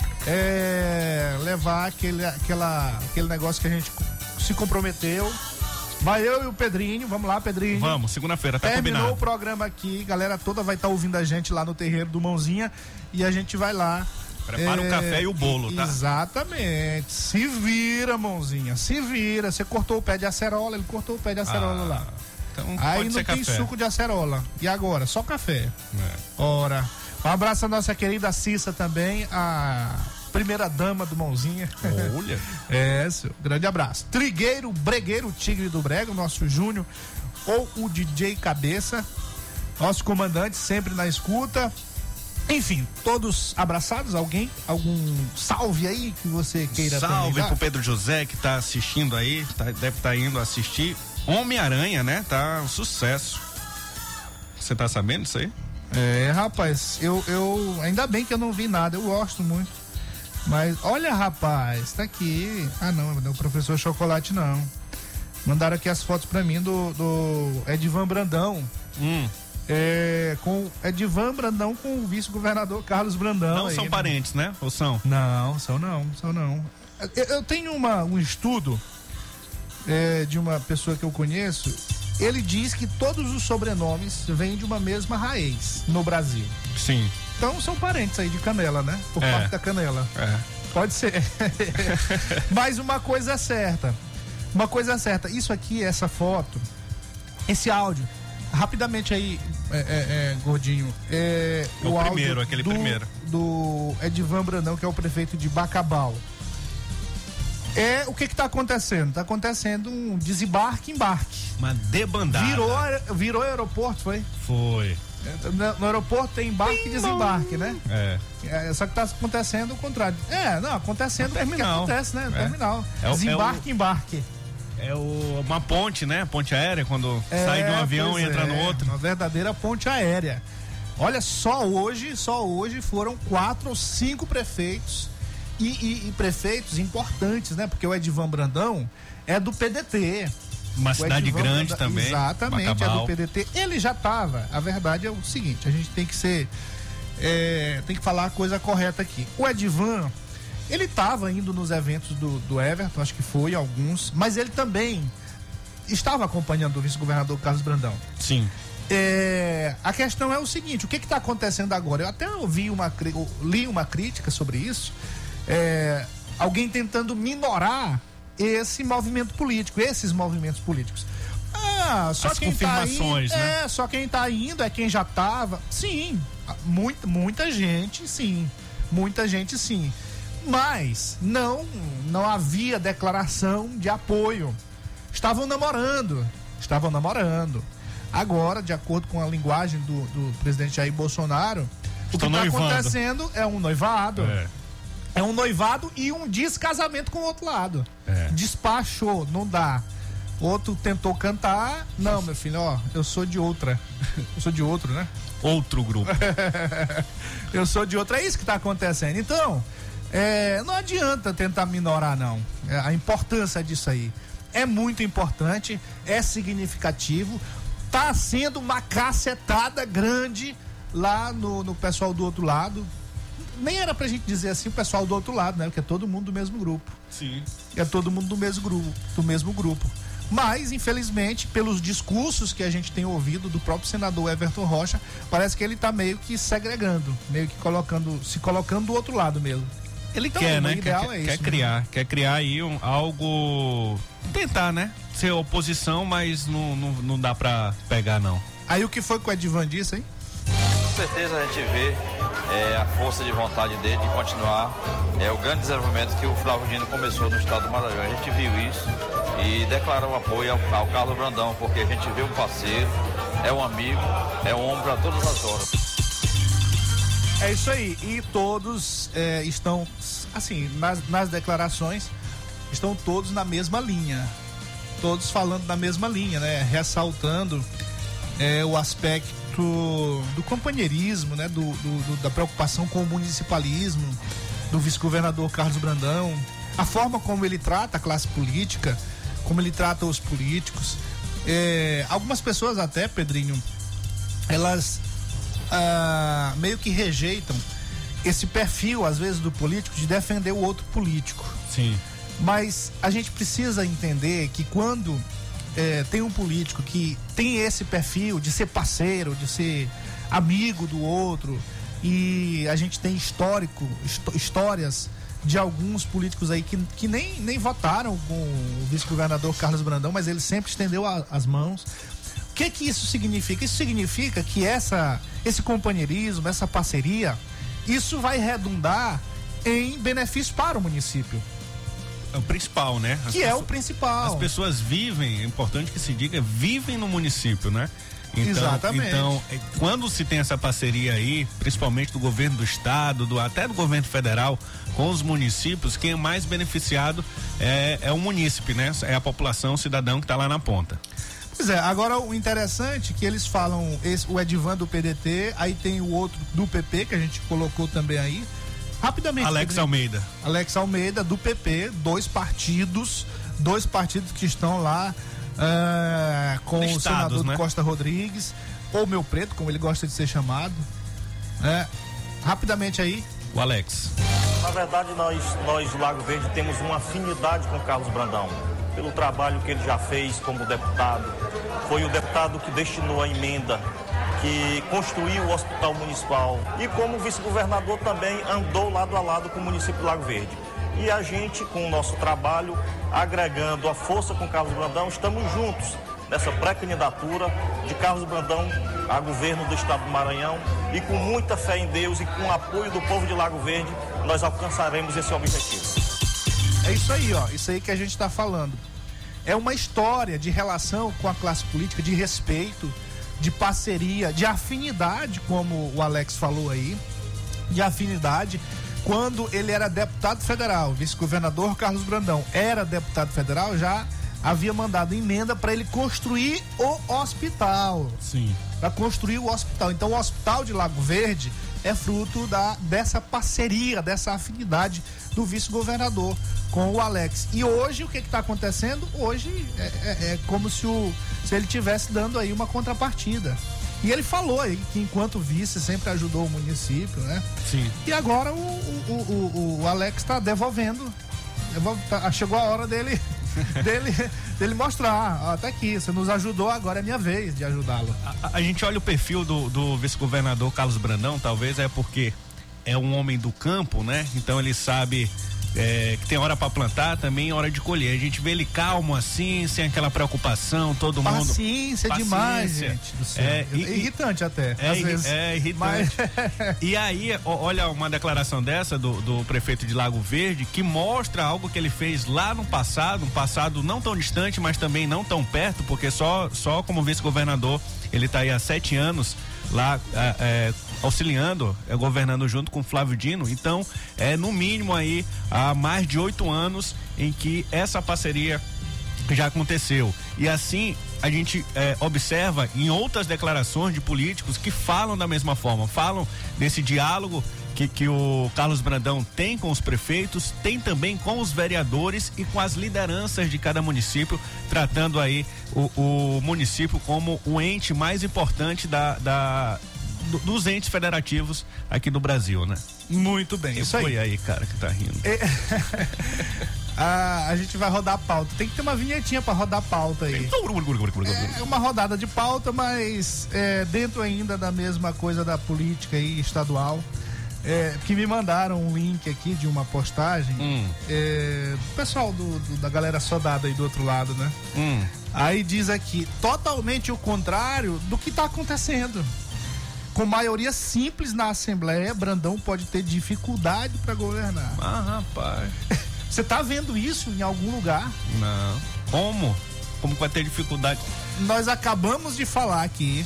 levar aquele negócio que a gente se comprometeu. Vai eu e o Pedrinho, vamos lá, Pedrinho. Vamos, segunda-feira, tá combinado. Terminou o programa aqui, galera toda vai estar ouvindo a gente lá no terreiro do Mãozinha e a gente vai lá. Prepara o café e o bolo, tá? Exatamente. Se vira, Mãozinha, se vira. Você cortou o pé de acerola, ele cortou o pé de acerola lá. Então aí não tem café. suco de acerola. E agora? Só café. Ora. Um abraço à nossa querida Cissa também, a primeira dama do Mãozinha. Olha. Seu grande abraço. Trigueiro, Bregueiro, Tigre do Brega, o nosso Júnior, ou o DJ Cabeça, nosso comandante sempre na escuta. Enfim, todos abraçados. Algum salve aí que você queira Salve pro Pedro José que tá assistindo aí, deve estar indo assistir Homem-Aranha, né? Tá um sucesso. Você tá sabendo isso aí? Rapaz, eu ainda bem que eu não vi nada, eu gosto muito. Mas olha, rapaz, tá aqui. Não é o Professor Chocolate não. Mandaram aqui as fotos pra mim do Edivan Brandão. Com Edivan Brandão com o vice-governador Carlos Brandão. Não aí, são parentes, né? Ou são? Não, são não. Eu tenho um estudo de uma pessoa que eu conheço. Ele diz que todos os sobrenomes vêm de uma mesma raiz no Brasil. Sim. Então são parentes aí de Canela, né? Por parte da Canela. Pode ser. Mas uma coisa é certa. Isso aqui, essa foto, esse áudio, rapidamente aí, Gordinho. O primeiro, aquele primeiro. Do Edivan Brandão, que é o prefeito de Bacabal. O que está acontecendo? Está acontecendo um desembarque-embarque. Uma debandada. Virou aeroporto, foi? Foi. No aeroporto tem embarque e desembarque, né? Só que está acontecendo o contrário. Acontecendo o que acontece, né? No terminal. Desembarque e embarque. Uma ponte, né? Ponte aérea, quando sai de um avião e entra no outro. Uma verdadeira ponte aérea. Olha, só hoje foram 4 ou 5 prefeitos e prefeitos importantes, né? Porque o Edivan Brandão é do PDT. Uma cidade grande também. Exatamente, Bacabal. É do PDT. Ele já estava. A verdade é o seguinte: a gente tem que ser. Tem que falar a coisa correta aqui. O Edivan, ele estava indo nos eventos do Everton, acho que foi alguns, mas ele também estava acompanhando o vice-governador Carlos Brandão. Sim. A questão é o seguinte: o que está acontecendo agora? Eu até li uma crítica sobre isso. Alguém tentando minorar esses movimentos políticos. Só as quem confirmações, tá indo, né? Só quem tá indo é quem já tava. Sim, muita gente sim. Mas não havia declaração de apoio. Estavam namorando. Agora, de acordo com a linguagem do presidente Jair Bolsonaro, o que está acontecendo é um noivado. É um noivado e um descasamento com o outro lado. Despachou, não dá. Outro tentou cantar. Não, meu filho, eu sou de outra. Eu sou de outro, né? Outro grupo. Eu sou de outra. É isso que está acontecendo. Então, não adianta tentar minorar, não. A importância disso aí é muito importante, é significativo. Tá sendo uma cacetada grande lá no pessoal do outro lado. Nem era pra gente dizer assim o pessoal do outro lado, né? Porque é todo mundo do mesmo grupo. Sim. É todo mundo do mesmo grupo. Mas, infelizmente, pelos discursos que a gente tem ouvido do próprio senador Everton Rocha, parece que ele tá meio que segregando, meio que se colocando do outro lado mesmo. Ele então, quer, né? Quer criar aí algo, tentar, né? Ser oposição, mas não dá pra pegar, não. Aí o que foi que o Edivan disse, hein? Com certeza a gente vê a força de vontade dele de continuar o grande desenvolvimento que o Flávio Dino começou no estado do Maranhão. A gente viu isso e declarou o apoio ao Carlos Brandão, porque a gente vê um parceiro, é um amigo, é um homem para todas as horas. É isso aí, e todos estão, assim, nas declarações, estão todos na mesma linha, todos falando da mesma linha, né? Ressaltando o aspecto do companheirismo, né? Da preocupação com o municipalismo do vice-governador Carlos Brandão, a forma como ele trata a classe política, como ele trata os políticos. Algumas pessoas até, Pedrinho, elas meio que rejeitam esse perfil, às vezes, do político de defender o outro político. Sim. Mas a gente precisa entender que quando tem um político que tem esse perfil de ser parceiro, de ser amigo do outro, e a gente tem histórias de alguns políticos aí que nem votaram com o vice-governador Carlos Brandão, mas ele sempre estendeu as mãos. O que isso significa? Isso significa que esse companheirismo, essa parceria, isso vai redundar em benefício para o município. É o principal, né? O principal. As pessoas vivem, é importante que se diga, vivem no município, né? Exatamente. Então, quando se tem essa parceria aí, principalmente do governo do estado, até do governo federal, com os municípios, quem é mais beneficiado é o munícipe, né? É a população, o cidadão que está lá na ponta. Pois é, agora o interessante é que eles falam, o Edivan do PDT, aí tem o outro do PP, que a gente colocou também aí. Rapidamente. Alex Almeida, do PP, 2 partidos 2 partidos que estão lá com listados, o senador, né? Costa Rodrigues, ou Meu Preto, como ele gosta de ser chamado. Rapidamente aí. O Alex. Na verdade, nós do Lago Verde temos uma afinidade com o Carlos Brandão, pelo trabalho que ele já fez como deputado. Foi o deputado que destinou a emenda, que construiu o Hospital Municipal, e como vice-governador também andou lado a lado com o município do Lago Verde. E a gente, com o nosso trabalho, agregando a força com o Carlos Brandão, estamos juntos nessa pré-candidatura de Carlos Brandão a governo do estado do Maranhão, e com muita fé em Deus e com o apoio do povo de Lago Verde, nós alcançaremos esse objetivo. É isso aí, ó. Isso aí que a gente está falando. É uma história de relação com a classe política, de respeito, de parceria, de afinidade, como o Alex falou aí, de afinidade. Quando ele era deputado federal, vice-governador Carlos Brandão era deputado federal, já havia mandado emenda para ele construir o hospital. Sim. Para construir o hospital. Então o hospital de Lago Verde é fruto dessa parceria, dessa afinidade do vice-governador com o Alex. E hoje o que está acontecendo? Hoje é como se ele estivesse dando aí uma contrapartida. E ele falou aí que enquanto vice sempre ajudou o município, né? Sim. E agora o Alex está devolvendo. Chegou a hora dele mostrar, até aqui, você nos ajudou, agora é minha vez de ajudá-lo. A gente olha o perfil do vice-governador Carlos Brandão, talvez é porque é um homem do campo, né? Então ele sabe que tem hora para plantar, também hora de colher. A gente vê ele calmo assim, sem aquela preocupação, todo mundo. Paciência demais, gente do céu. Irritante até, às vezes. É irritante. E aí, olha uma declaração dessa do prefeito de Lago Verde, que mostra algo que ele fez lá no passado, um passado não tão distante, mas também não tão perto, porque só como vice-governador ele está aí há 7 anos lá auxiliando, governando junto com Flávio Dino. Então, no mínimo aí há mais de 8 anos em que essa parceria já aconteceu. E assim a gente observa em outras declarações de políticos que falam da mesma forma, falam desse diálogo que o Carlos Brandão tem com os prefeitos, tem também com os vereadores e com as lideranças de cada município, tratando aí o município como o ente mais importante dos entes federativos aqui do Brasil, né? Muito bem, isso aí. Foi aí, cara, que tá rindo. A gente vai rodar a pauta. Tem que ter uma vinhetinha pra rodar a pauta aí. É uma rodada de pauta, mas dentro ainda da mesma coisa da política aí estadual. Que me mandaram um link aqui de uma postagem. O pessoal da galera soldada aí do outro lado, né? Aí diz aqui, totalmente o contrário do que tá acontecendo. Com maioria simples na Assembleia, Brandão pode ter dificuldade para governar. Rapaz. Você tá vendo isso em algum lugar? Não. Como? Como vai ter dificuldade? Nós acabamos de falar aqui.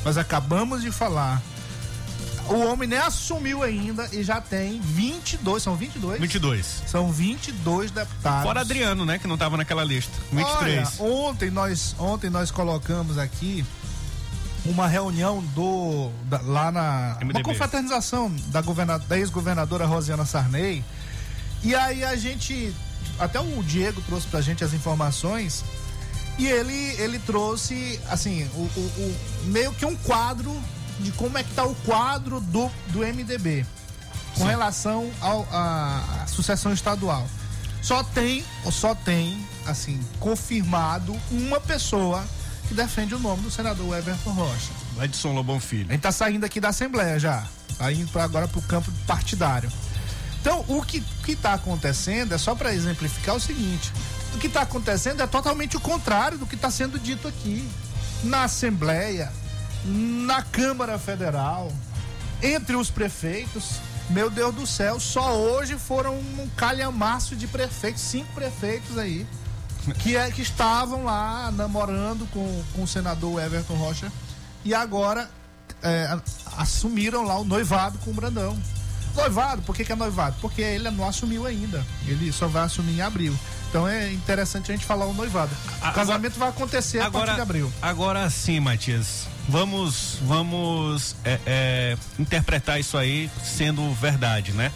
O homem nem assumiu ainda e já tem 22, são 22? 22. São 22 deputados. Fora Adriano, né, que não tava naquela lista. 23. Olha, ontem nós colocamos aqui uma reunião lá na MDB. Uma confraternização da ex-governadora Rosiana Sarney. E aí a gente, até o Diego trouxe pra gente as informações, e ele trouxe assim, meio que um quadro de como é que tá o quadro do MDB com relação à sucessão estadual. Só tem assim, confirmado uma pessoa que defende o nome do senador Everton Rocha. Edson Lobão Filho. A gente tá saindo aqui da Assembleia já, tá indo agora pro campo partidário. Então, o que tá acontecendo é só para exemplificar o seguinte: o que tá acontecendo é totalmente o contrário do que tá sendo dito aqui na Assembleia, na Câmara Federal, entre os prefeitos. Meu Deus do céu, só hoje foram um calhamaço de prefeitos, 5 prefeitos aí, que estavam lá namorando com o senador Everton Rocha, e agora assumiram lá o noivado com o Brandão. Noivado, por que é noivado? Porque ele não assumiu ainda, ele só vai assumir em abril. Então é interessante a gente falar o noivado. O casamento vai acontecer a partir de abril. Agora sim, Matias, vamos interpretar isso aí sendo verdade, né?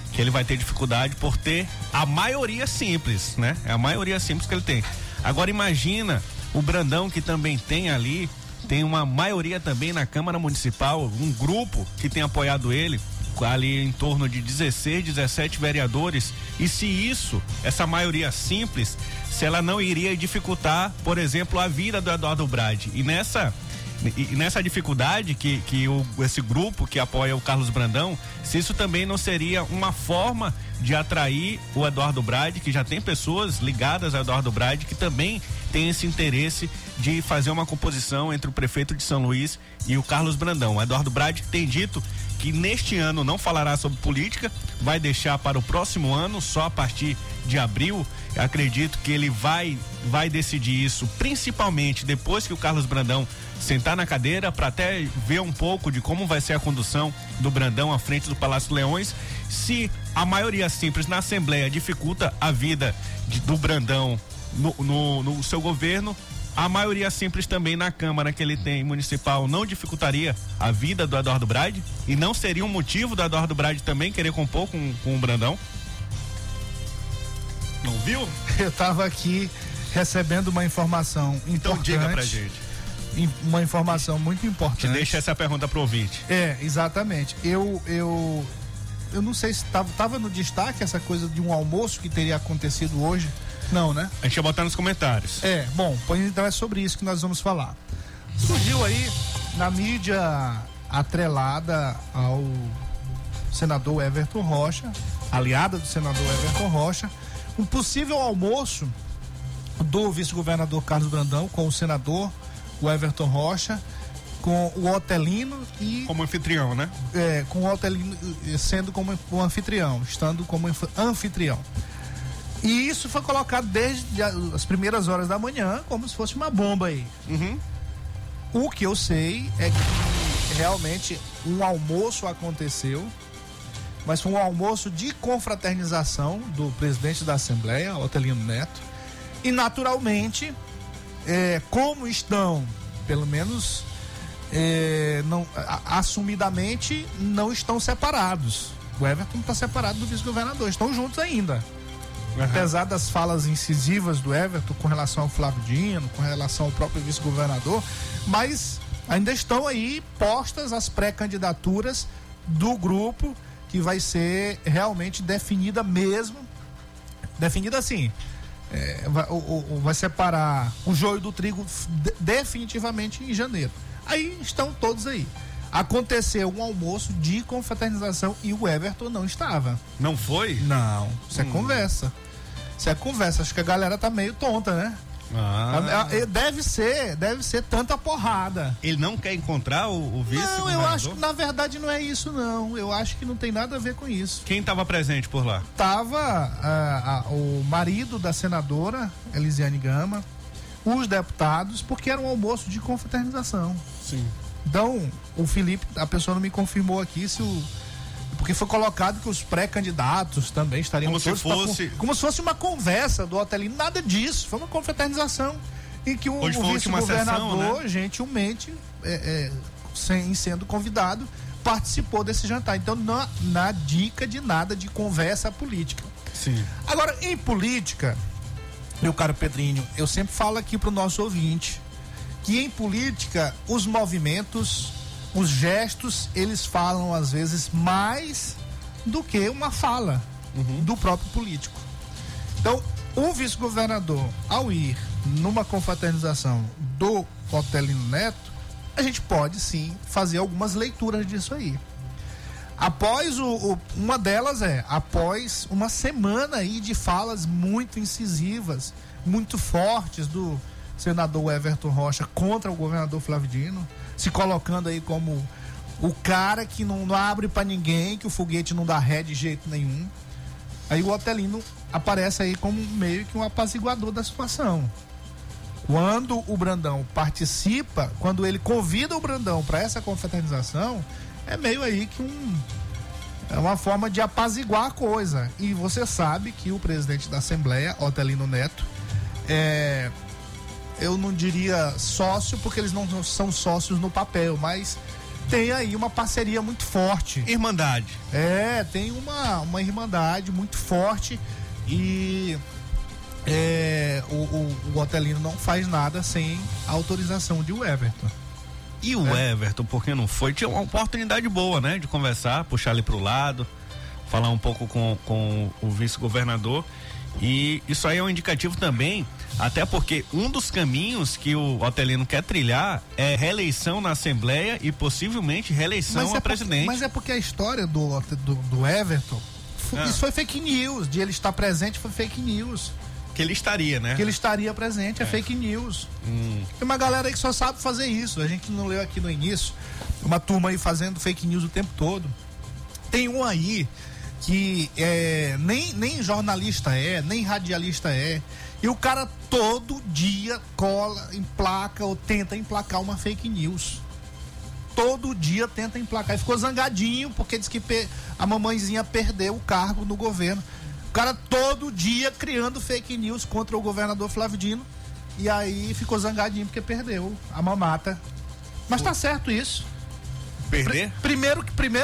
que ele vai ter dificuldade por ter a maioria simples, né? É a maioria simples que ele tem. Agora imagina o Brandão, que também tem ali, tem uma maioria também na Câmara Municipal, um grupo que tem apoiado ele, ali em torno de 16, 17 vereadores, e se isso, essa maioria simples, se ela não iria dificultar, por exemplo, a vida do Eduardo Brade. E nessa dificuldade que esse grupo que apoia o Carlos Brandão, se isso também não seria uma forma de atrair o Eduardo Brade, que já tem pessoas ligadas ao Eduardo Brade que também tem esse interesse de fazer uma composição entre o prefeito de São Luís e o Carlos Brandão. O Eduardo Brade tem dito que neste ano não falará sobre política, vai deixar para o próximo ano, só a partir de abril. Eu acredito que ele vai decidir isso, principalmente depois que o Carlos Brandão sentar na cadeira, para até ver um pouco de como vai ser a condução do Brandão à frente do Palácio Leões. Se a maioria simples na Assembleia dificulta a vida do Brandão no seu governo, a maioria simples também na Câmara que ele tem municipal não dificultaria a vida do Eduardo Brade, e não seria um motivo do Eduardo Brade também querer compor com o Brandão? Não viu? Eu estava aqui recebendo uma informação importante. Então diga pra gente. Uma informação muito importante. Deixa essa pergunta pro ouvinte. Exatamente. Eu não sei se tava no destaque essa coisa de um almoço que teria acontecido hoje. Não, né? A gente ia botar nos comentários. Bom, pois então é sobre isso que nós vamos falar. Surgiu aí na mídia atrelada ao senador Everton Rocha, aliada do senador Everton Rocha, um possível almoço do vice-governador Carlos Brandão com o senador, o Everton Rocha, com o Otelino e... Como anfitrião, né? Com o Otelino sendo como o anfitrião, estando como anfitrião. E isso foi colocado desde as primeiras horas da manhã, como se fosse uma bomba aí. Uhum. O que eu sei é que realmente um almoço aconteceu, mas foi um almoço de confraternização do presidente da Assembleia, Otelino Neto. E naturalmente, como estão, pelo menos assumidamente, não estão separados. O Everton está separado do vice-governador, estão juntos ainda. Uhum. Apesar das falas incisivas do Everton com relação ao Flávio Dino, com relação ao próprio vice-governador, mas ainda estão aí postas as pré-candidaturas do grupo, que vai ser realmente definida mesmo, definida assim, vai separar o joio do trigo definitivamente em janeiro. Aí estão todos aí. Aconteceu um almoço de confraternização e o Everton não estava. Não foi? Não, isso é conversa. Isso é conversa, acho que a galera tá meio tonta, né? Deve ser tanta porrada. Ele não quer encontrar o vice-governador? Não, eu acho que na verdade não é isso não. Eu acho que não tem nada a ver com isso. Quem estava presente por lá? Tava o marido da senadora Elisiane Gama, os deputados, porque era um almoço de confraternização. Sim. Então, o Felipe, a pessoa não me confirmou aqui porque foi colocado que os pré-candidatos também estariam como se fosse uma conversa do Otelino, nada disso, foi uma confraternização em que o vice-governador, né, gentilmente, sendo convidado, participou desse jantar. Então, na dica de nada de conversa política. Sim. Agora, em política, meu caro Pedrinho, eu sempre falo aqui pro nosso ouvinte que em política os movimentos, os gestos, eles falam às vezes mais do que uma fala do próprio político. Então, o vice-governador, ao ir numa confraternização do Otelino Neto, a gente pode sim fazer algumas leituras disso aí. Após uma delas após uma semana aí de falas muito incisivas, muito fortes do senador Everton Rocha contra o governador Flávio Dino, se colocando aí como o cara que não abre pra ninguém, que o foguete não dá ré de jeito nenhum. Aí o Otelino aparece aí como meio que um apaziguador da situação. Quando o Brandão participa, quando ele convida o Brandão para essa confraternização, é meio aí que é uma forma de apaziguar a coisa. E você sabe que o presidente da Assembleia, Otelino Neto, eu não diria sócio, porque eles não são sócios no papel, mas tem aí uma parceria muito forte. Irmandade. Tem uma irmandade muito forte e o Otelino não faz nada sem a autorização de Everton. E o Everton, por que não foi? Tinha uma oportunidade boa, né? De conversar, puxar ele pro lado, falar um pouco com o vice-governador. E isso aí é um indicativo também, até porque um dos caminhos que o Otelino quer trilhar é reeleição na Assembleia e possivelmente reeleição a presidente. Mas é porque a história do Everton, isso foi fake news, de ele estar presente foi fake news. Que ele estaria, né? Que ele estaria presente, é fake news. Tem uma galera aí que só sabe fazer isso. A gente não leu aqui no início. Uma turma aí fazendo fake news o tempo todo. Tem um aí que nem jornalista nem radialista e o cara todo dia cola, emplaca ou tenta emplacar uma fake news. Todo dia tenta emplacar. E ficou zangadinho porque diz que a mamãezinha perdeu o cargo no governo. O cara todo dia criando fake news contra o governador Flávio Dino. E aí ficou zangadinho porque perdeu a mamata. Mas tá certo isso. Perder? Primeiro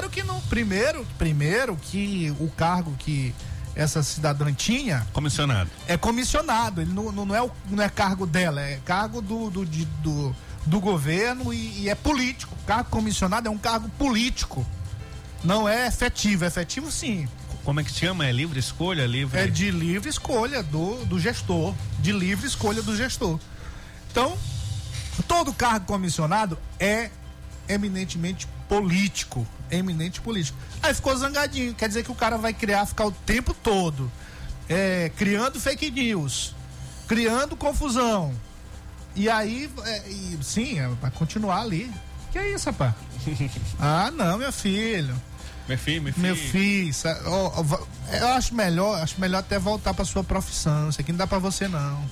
que o cargo que essa cidadã tinha... Comissionado. É comissionado. Ele não é cargo dela, é cargo do governo e é político. O cargo comissionado é um cargo político. Não é efetivo. Efetivo, sim. Como é que se chama? É livre escolha? É de livre escolha do gestor. De livre escolha do gestor. Então, todo cargo comissionado é eminentemente político. Aí ficou zangadinho. Quer dizer que o cara vai ficar o tempo todo criando fake news, criando confusão. E aí, vai continuar ali. Que é isso, rapaz? Ah, não, meu filho. Meu filho, eu acho melhor até voltar pra sua profissão. Isso aqui não dá pra você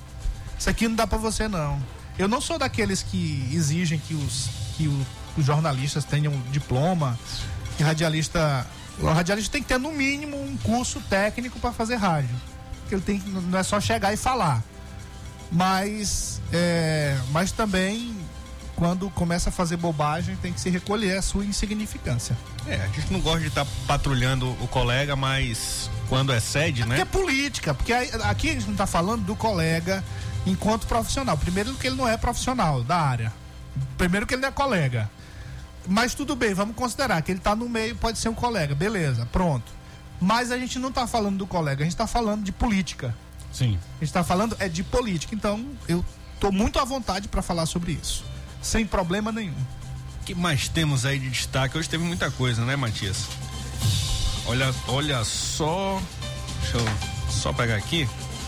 não. Eu não sou daqueles que exigem que os jornalistas tenham diploma, que o radialista tem que ter no mínimo um curso técnico para fazer rádio. Porque não é só chegar e falar. Mas também, quando começa a fazer bobagem, tem que se recolher a sua insignificância. A gente não gosta de estar patrulhando o colega, mas quando excede, né? Porque é política, porque aqui a gente não está falando do colega enquanto profissional. Primeiro que ele não é profissional da área. Primeiro que ele não é colega. Mas tudo bem, vamos considerar que ele está no meio, pode ser um colega, beleza, pronto. Mas a gente não está falando do colega, a gente está falando de política. Sim. A gente está falando de política, então eu estou muito à vontade para falar sobre isso. Sem problema nenhum. O que mais temos aí de destaque? Hoje teve muita coisa, né, Matias? Olha só. Deixa eu só pegar aqui.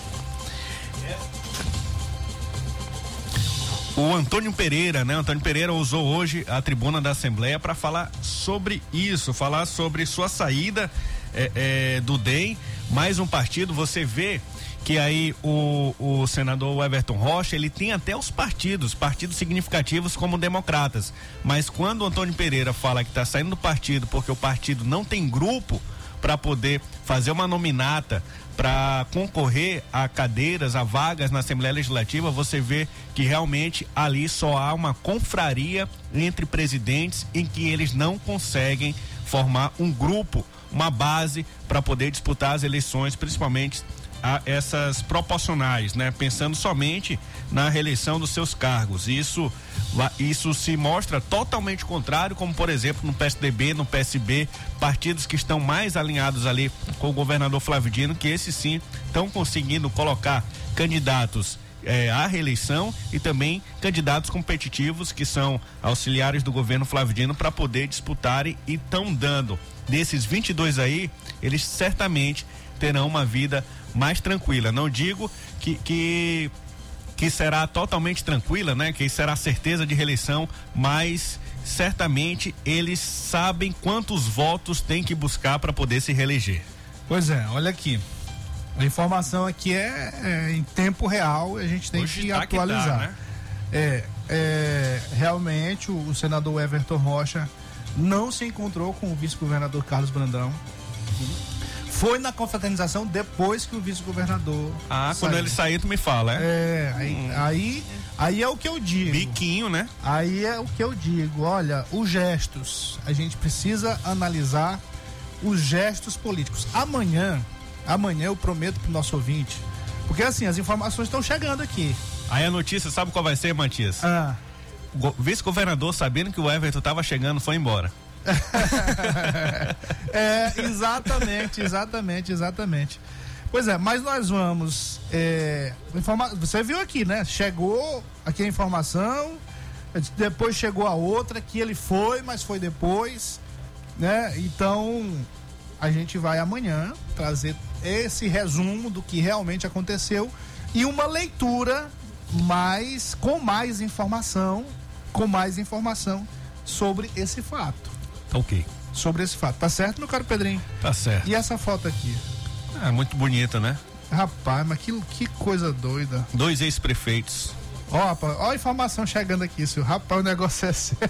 O Antônio Pereira, né? Antônio Pereira usou hoje a tribuna da Assembleia para falar sobre isso, falar sobre sua saída do DEM, mais um partido. Você vê que aí o senador Everton Rocha, ele tem até os partidos significativos como democratas, mas quando o Antônio Pereira fala que está saindo do partido porque o partido não tem grupo para poder fazer uma nominata para concorrer a cadeiras, a vagas na Assembleia Legislativa, você vê que realmente ali só há uma confraria entre presidentes em que eles não conseguem formar um grupo, uma base para poder disputar as eleições, principalmente essas proporcionais, né? Pensando somente na reeleição dos seus cargos. Isso se mostra totalmente contrário, como por exemplo no PSDB, no PSB, partidos que estão mais alinhados ali com o governador Flávio Dino, que esses sim estão conseguindo colocar candidatos à reeleição e também candidatos competitivos que são auxiliares do governo Flávio Dino para poder disputarem e estão dando. Desses 22 aí, eles certamente terão uma vida mais tranquila. Não digo que será totalmente tranquila, né? Que será certeza de reeleição, mas certamente eles sabem quantos votos tem que buscar para poder se reeleger. Pois é, olha aqui. A informação aqui é em tempo real, a gente tem hoje que tá atualizar. Que dá, né? Realmente o senador Everton Rocha não se encontrou com o vice-governador Carlos Brandão. Foi na confraternização depois que o vice-governador saiu. Quando ele sair, tu me fala, Aí é o que eu digo. Biquinho, né? Aí é o que eu digo. Olha, os gestos. A gente precisa analisar os gestos políticos. Amanhã eu prometo pro nosso ouvinte, porque assim, as informações estão chegando aqui. Aí a notícia, sabe qual vai ser, Matias? O vice-governador, sabendo que o Everton tava chegando, foi embora. Exatamente. Pois é, mas nós vamos você viu aqui, né? Chegou aqui a informação, depois chegou a outra, que ele foi, mas foi depois, né? Então a gente vai amanhã trazer esse resumo do que realmente aconteceu e uma leitura com mais informação sobre esse fato. Ok. Sobre esse fato. Tá certo, meu caro Pedrinho? Tá certo. E essa foto aqui? Muito bonita, né? Rapaz, mas que coisa doida. 2 ex-prefeitos. Ó a informação chegando aqui, senhor. Rapaz, o negócio é sério.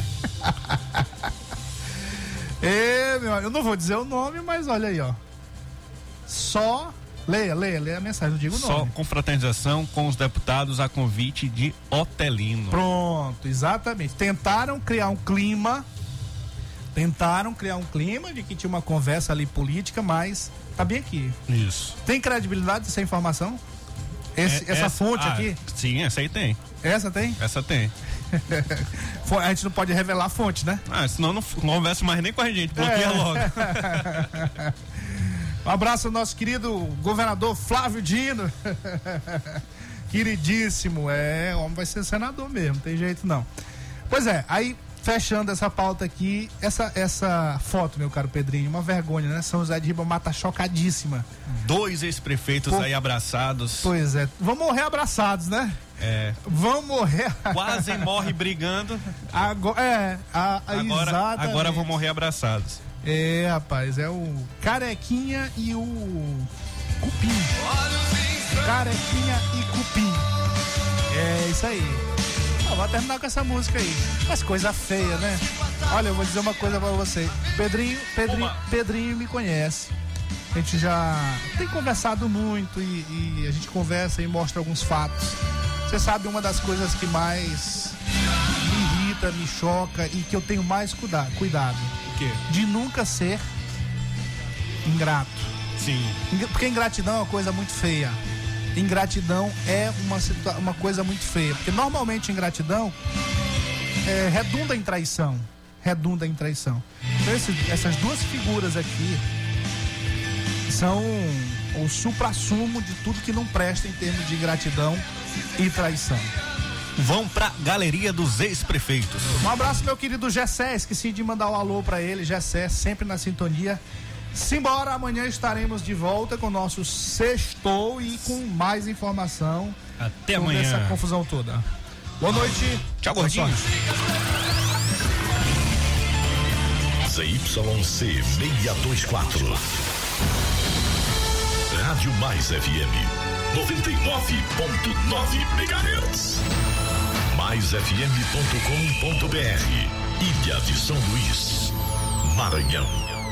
Eu não vou dizer o nome, mas olha aí, ó. Só leia a mensagem, não digo o nome. Só confraternização com os deputados a convite de Otelino. Pronto, exatamente. Tentaram criar um clima de que tinha uma conversa ali política, mas tá bem aqui. Isso. Tem credibilidade essa informação? Essa fonte aqui? Sim, essa aí tem. Essa tem? Essa tem. A gente não pode revelar a fonte, né? Senão não conversa mais nem com a gente, bloqueia logo. Um abraço ao nosso querido governador Flávio Dino. Queridíssimo. O homem vai ser senador mesmo, não tem jeito não. Pois é, aí fechando essa pauta aqui, essa foto, meu caro Pedrinho, uma vergonha, né? São José de Ribamar tá chocadíssima. 2 ex-prefeitos aí abraçados. Pois é, vão morrer abraçados, né? Vão morrer. Quase morre brigando. Agora vão morrer abraçados. Rapaz, é o Carequinha e o Cupim. Carequinha e Cupim. É isso aí. Vou terminar com essa música aí. Mas coisa feia, né? Olha, eu vou dizer uma coisa pra você. Pedrinho me conhece. A gente já tem conversado muito e a gente conversa e mostra alguns fatos. Você sabe, uma das coisas que mais me irrita, me choca e que eu tenho mais cuidado. O quê? De nunca ser ingrato. Sim. Porque ingratidão é uma coisa muito feia. Ingratidão é uma coisa muito feia, porque normalmente ingratidão redunda em traição. Então, essas duas figuras aqui são o suprassumo de tudo que não presta em termos de ingratidão e traição. Vão pra galeria dos ex-prefeitos. Um abraço, meu querido Gessé, esqueci de mandar um alô pra ele. Gessé, sempre na sintonia. Simbora, amanhã estaremos de volta com o nosso Sextou e com mais informação. Até amanhã. Essa confusão toda. Boa noite. Tchau, gordinho. ZYC 624. Rádio Mais FM 99.9 MHz. MaisFM.com.br. Ilha de São Luís, Maranhão.